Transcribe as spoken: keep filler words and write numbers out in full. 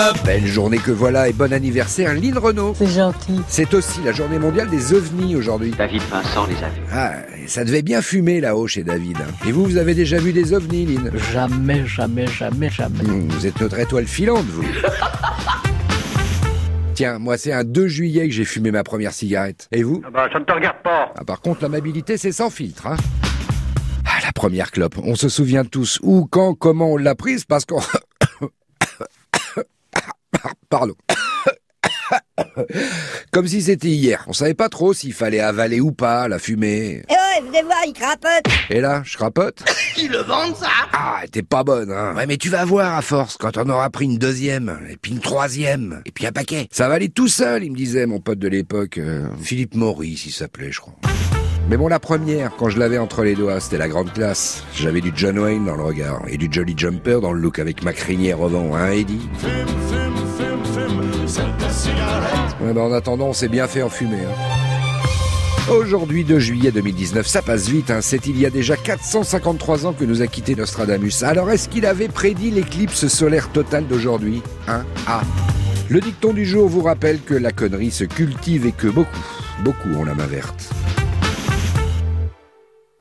Belle journée que voilà et bon anniversaire Lynn Renaud. C'est gentil. C'est aussi la journée mondiale des ovnis aujourd'hui. David Vincent les a vus. Ah, ça devait bien fumer là-haut chez David. Et vous, vous avez déjà vu des ovnis, Lynn? Jamais, jamais, jamais, jamais. Mmh, vous êtes notre étoile filante, vous. Tiens, moi c'est un deux juillet que j'ai fumé ma première cigarette. Et vous? Ah bah, ça ne te regarde pas. Ah, par contre, l'amabilité, c'est sans filtre, hein. Ah, la première clope, on se souvient tous où, quand, comment on l'a prise, parce qu'on... Pardon. Comme si c'était hier. On savait pas trop s'il fallait avaler ou pas la fumée. Eh ouais, venez voir, il crapote. Et là, je crapote. Ils le vendent, ça? Ah, t'es pas bonne, hein. Ouais, mais tu vas voir à force, quand on aura pris une deuxième, et puis une troisième, et puis un paquet. Ça va aller tout seul, il me disait, mon pote de l'époque, euh, Philippe Maurice, il s'appelait, je crois. Mais bon, la première, quand je l'avais entre les doigts, c'était la grande classe. J'avais du John Wayne dans le regard, et du Jolly Jumper dans le look avec ma crinière au vent, hein, Eddie? Ouais, bah en attendant, on s'est bien fait enfumer, hein. Aujourd'hui, deux juillet deux mille dix-neuf, ça passe vite, hein. C'est il y a déjà quatre cent cinquante-trois ans que nous a quitté Nostradamus. Alors, est-ce qu'il avait prédit l'éclipse solaire totale d'aujourd'hui? Hein? Ah. Le dicton du jour vous rappelle que la connerie se cultive et que beaucoup, beaucoup ont la main verte.